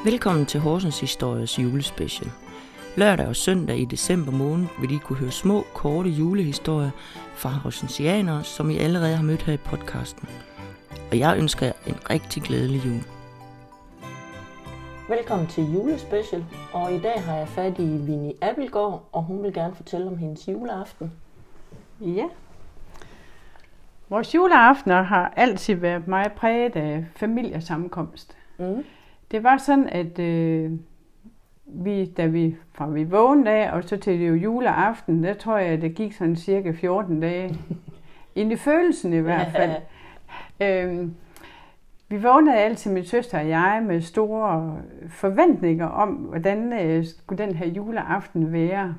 Velkommen til Horsens Histories julespecial. Lørdag og søndag i december måned vil I kunne høre små, korte julehistorier fra horsensianere, som I allerede har mødt her i podcasten. Og jeg ønsker jer en rigtig glædelig jul. Velkommen til julespecial, og i dag har jeg fat i Winnie Abildgaard, og hun vil gerne fortælle om hendes juleaften. Ja. Vores juleaftener har altid været meget præget af familiesammenkomst. Det var sådan, at da vi vågnede af, og så til det jo juleaften, der tror jeg, det gik sådan cirka 14 dage. Ind i følelsen i hvert fald. Vi vågnede altid, min søster og jeg, med store forventninger om, hvordan skulle den her juleaften være.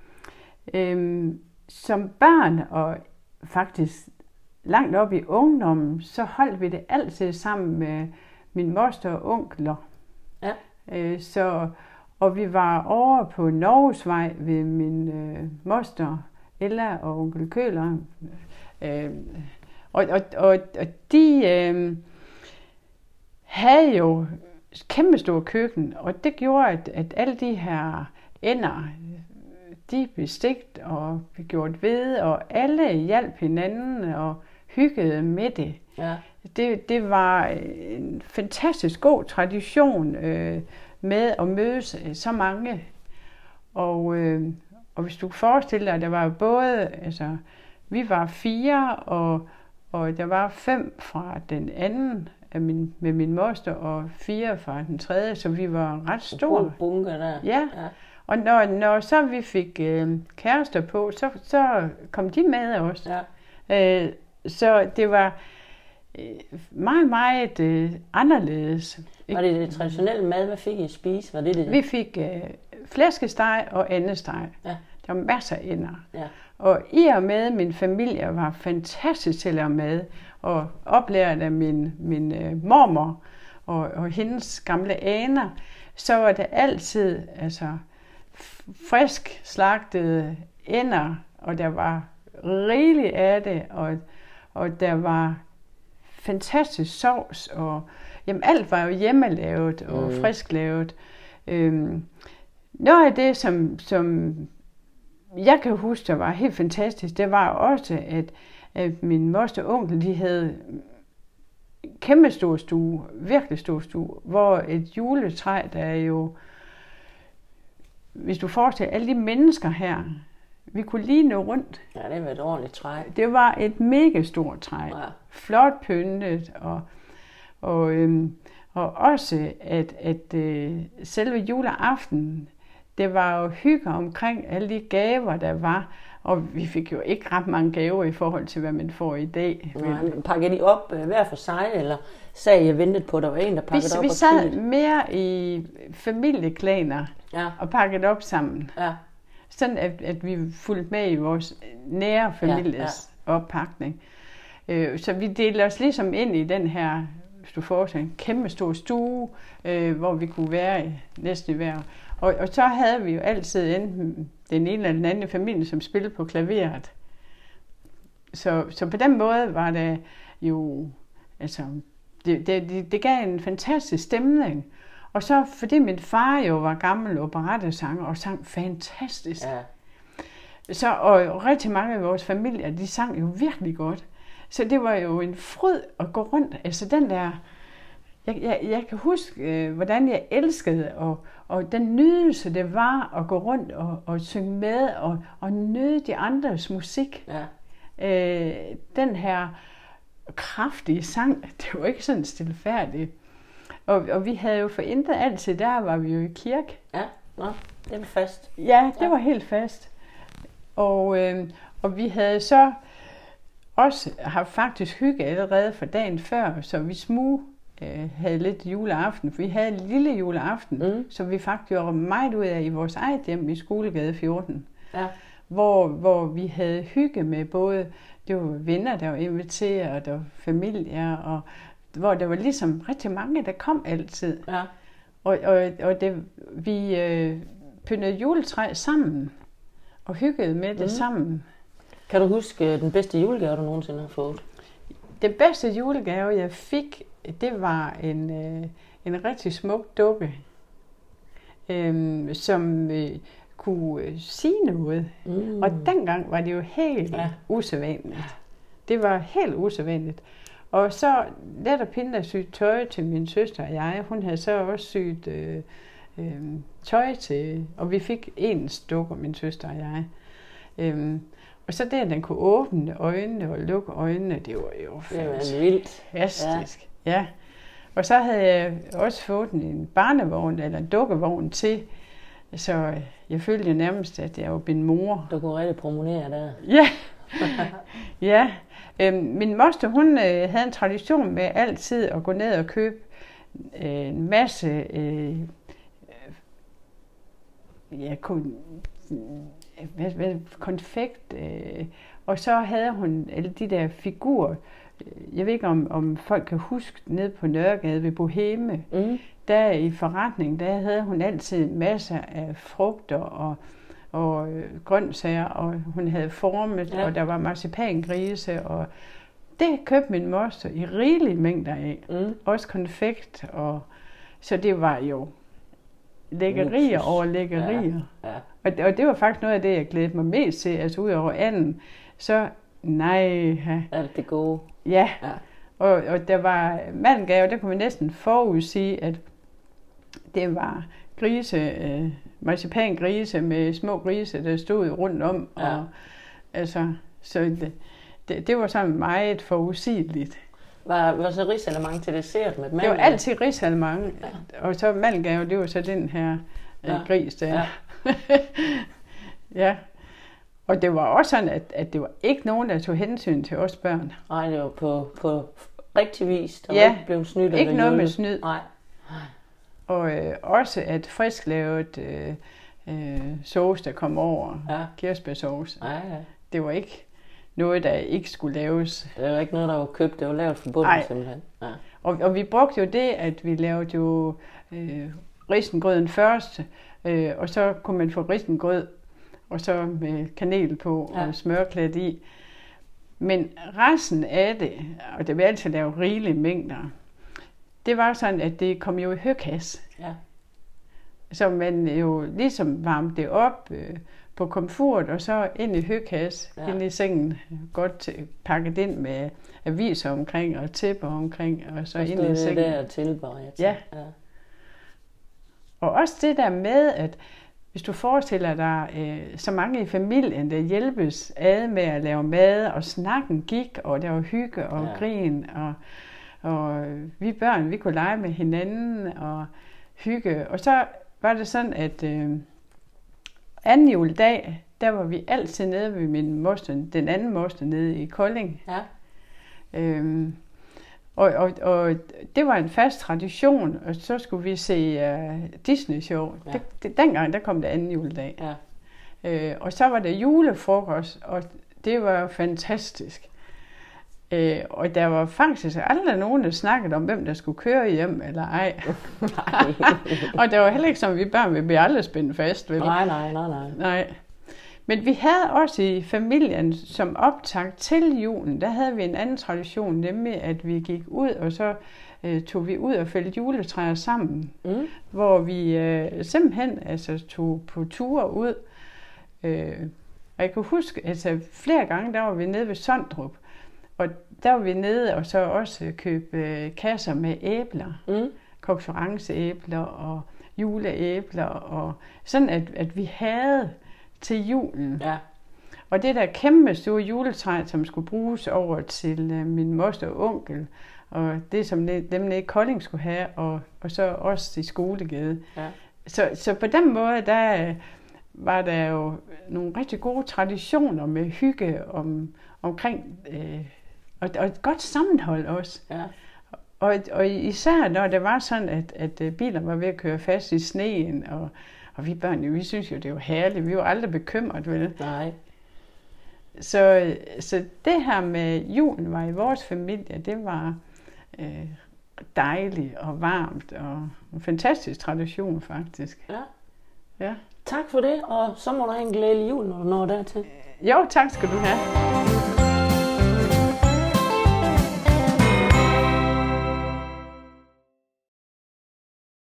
Som børn og faktisk langt op i ungdommen, så holdt vi det altid sammen med min moster og onkler. Ja. Og vi var over på Norgesvej ved min moster Ella og onkel Køler. Og de havde jo kæmpe store køkken, og det gjorde, at alle de her ender, de blev stegt og blev gjort ved, og alle hjalp hinanden og hyggede med det. Ja. Det var en fantastisk god tradition med at mødes så mange. Og hvis du kan forestille dig, at der var både, altså vi var 4, og der var 5 fra den anden med min moster, og 4 fra den tredje, så vi var ret store. Bunker der. Ja. Og når så vi fik kærester på, så kom de med os. Ja. Så det var meget, meget anderledes. Var det traditionelle mad? Hvad fik I at spise? Var det? Vi fik flæskesteg og andesteg. Ja. Der var masser af ender. Ja. Og i og med min familie var fantastisk til at lave mad, og oplært af min mormor og hendes gamle aner, så var det altid frisk slagtede ender, og der var rigeligt af det, og der var fantastisk sovs, og jamen, alt var jo hjemmelavet og frisklavet. Noget af det, som jeg kan huske, der var helt fantastisk, det var også, at min moster og onkel, de havde kæmpe stor stue, virkelig stor stue, hvor et juletræ, der er jo, hvis du forestiller alle de mennesker her, vi kunne lige nå rundt. Ja, det var et ordentligt træ. Det var et mega stort træ. Ja. Flot pyntet, og også, at selve juleaften, det var jo hygge omkring alle de gaver, der var. Og vi fik jo ikke ret mange gaver i forhold til, hvad man får i dag. Pakkede de op hver for sig, eller sagde jeg ventet på, der var en, der pakkede op? Vi sad mere i familieklaner og pakkede op sammen. Ja. Sådan at vi fulgte med i vores nære families oppakning. Så vi delte os ligesom ind i den her, hvis du forestiller, en kæmpe stor stue, hvor vi kunne være næsten i hver. Og så havde vi jo altid enten den ene eller den anden familie, som spillede på klaveret. Så på den måde var det jo, det gav en fantastisk stemning. Og så fordi min far jo var gammel operettesanger og sang fantastisk. Ja. Og rigtig mange af vores familier, de sang jo virkelig godt. Så det var jo en fryd at gå rundt. Altså den der, jeg kan huske, hvordan jeg elskede, og den nydelse det var at gå rundt og synge med, og nyde de andres musik. Ja. Den her kraftige sang, det var ikke sådan stilfærdigt. Og vi havde jo forintet altid, der var vi jo i kirke. Ja, det var fast. Ja, det var helt fast. Og vi havde så også haft faktisk hygge allerede for dagen før, så vi havde lidt juleaften. For vi havde en lille juleaften, som vi faktisk gjorde meget ud af i vores eget hjem i Skolegade 14. Ja. Hvor vi havde hygge med både, det var venner, der var inviteret, og familier, og hvor der var ligesom rigtig mange, der kom altid. Ja. Og vi pyntede juletræ sammen, og hyggede med det sammen. Kan du huske den bedste julegave, du nogensinde har fået? Den bedste julegave, jeg fik, det var en rigtig smuk dukke. som kunne sige noget. Og dengang var det jo helt usædvanligt. Det var helt usædvanligt. Og så lærte Pinda syet tøj til min søster og jeg. Hun havde så også syet tøj til, og vi fik en dukke, min søster og jeg. Og så det, at den kunne åbne øjnene og lukke øjnene, det var jo fantastisk. Ja. Og så havde jeg også fået en barnevogn eller en dukkevogn til, så jeg følte jo nærmest, at jeg var min mor. Du kunne rigtig promenere der. Ja. Ja. Min moster, hun havde en tradition med altid at gå ned og købe en masse konfekt, og så havde hun alle de der figurer. Jeg ved ikke, om folk kan huske, nede på Nørregade ved Boheme, der i forretningen, der havde hun altid masser af frugter og grøntsager, og hun havde formet, og der var marcipangrise, og det købte min moster i rigelige mængder af. Også konfekt, og så det var jo lækkerier over lækkerier. Ja. Og det var faktisk noget af det, jeg glædede mig mest til, altså ud over anden, så alt det gode. Ja. Og der var mandengave, der kunne man næsten forudsige, at det var grise, marcipangrise med små grise, der stod rundt om. Ja. Og, altså, så det var sådan meget forudsigeligt. Var så risalemang til dessert med mandengave? Det var altid risalemang, og så mandengave, det var så den her gris der. Ja. Ja. Og det var også sådan, at det var ikke nogen, der tog hensyn til os børn. Nej, det var på rigtig vis. Der var ikke blevet snydt. Ikke noget med snyd. Nej. Og også at frisklavet sauce, der kom over, kirsebærsauce, det var ikke noget, der ikke skulle laves. Det var ikke noget, der var købt, det var lavet fra bunden simpelthen. Ja. Og vi brugte jo det, at vi lavede jo risengrøden først, og så kunne man få risengrød, og så med kanel på og smørklædt i. Men resten af det, og det vil altid lave rigelige mængder, det var sådan, at det kom jo i høkasse. Ja. Så man jo ligesom varmede det op på komfort, og så ind i høkasse, ind i sengen, godt pakket ind med aviser omkring og tæpper omkring, og så ind i sengen. Det der tilberedt. Ja. Og også det der med, at hvis du forestiller dig så mange i familien, der hjælpes ad med at lave mad, og snakken gik, og der var hygge og grin, og vi børn, vi kunne lege med hinanden og hygge. Og så var det sådan, at anden juledag, der var vi altid nede ved min moster, den anden moster nede i Kolding. Ja. Og det var en fast tradition, og så skulle vi se Disney-show. Ja. Dengang, der kom det anden juledag. Ja. Og så var der julefrokost, og det var fantastisk. Og der var faktisk aldrig nogen, der snakkede om, hvem der skulle køre hjem eller ej. Og det var heller ikke som vi børn, vi blev aldrig spændt fast. Vel? Nej. Men vi havde også i familien som optakt til julen, der havde vi en anden tradition, nemlig at vi gik ud, og så tog vi ud og fældte juletræer sammen. Hvor vi simpelthen tog på ture ud. Og jeg kan huske, flere gange, der var vi nede ved Sondrup. Og der var vi nede og så også købe kasser med æbler. Konkurrenceæbler og juleæbler. Og sådan at vi havde til julen. Ja. Og det der kæmpe store juletræ, som skulle bruges over til min moster og onkel. Og det som dem nede i Kolding skulle have. Og så også i Skolegade. Ja. Så på den måde, der var der jo nogle rigtig gode traditioner med hygge omkring og et godt sammenhold også. Ja. Og især når det var sådan, at bilerne var ved at køre fast i sneen, og vi børn, vi synes jo, det var herligt. Vi var aldrig bekymret, vel? Nej. Så det her med julen var i vores familie, det var dejligt og varmt, og en fantastisk tradition faktisk. Ja. Tak for det, og så må du have en glædelig jul, når du når dertil. Jo, tak skal du have.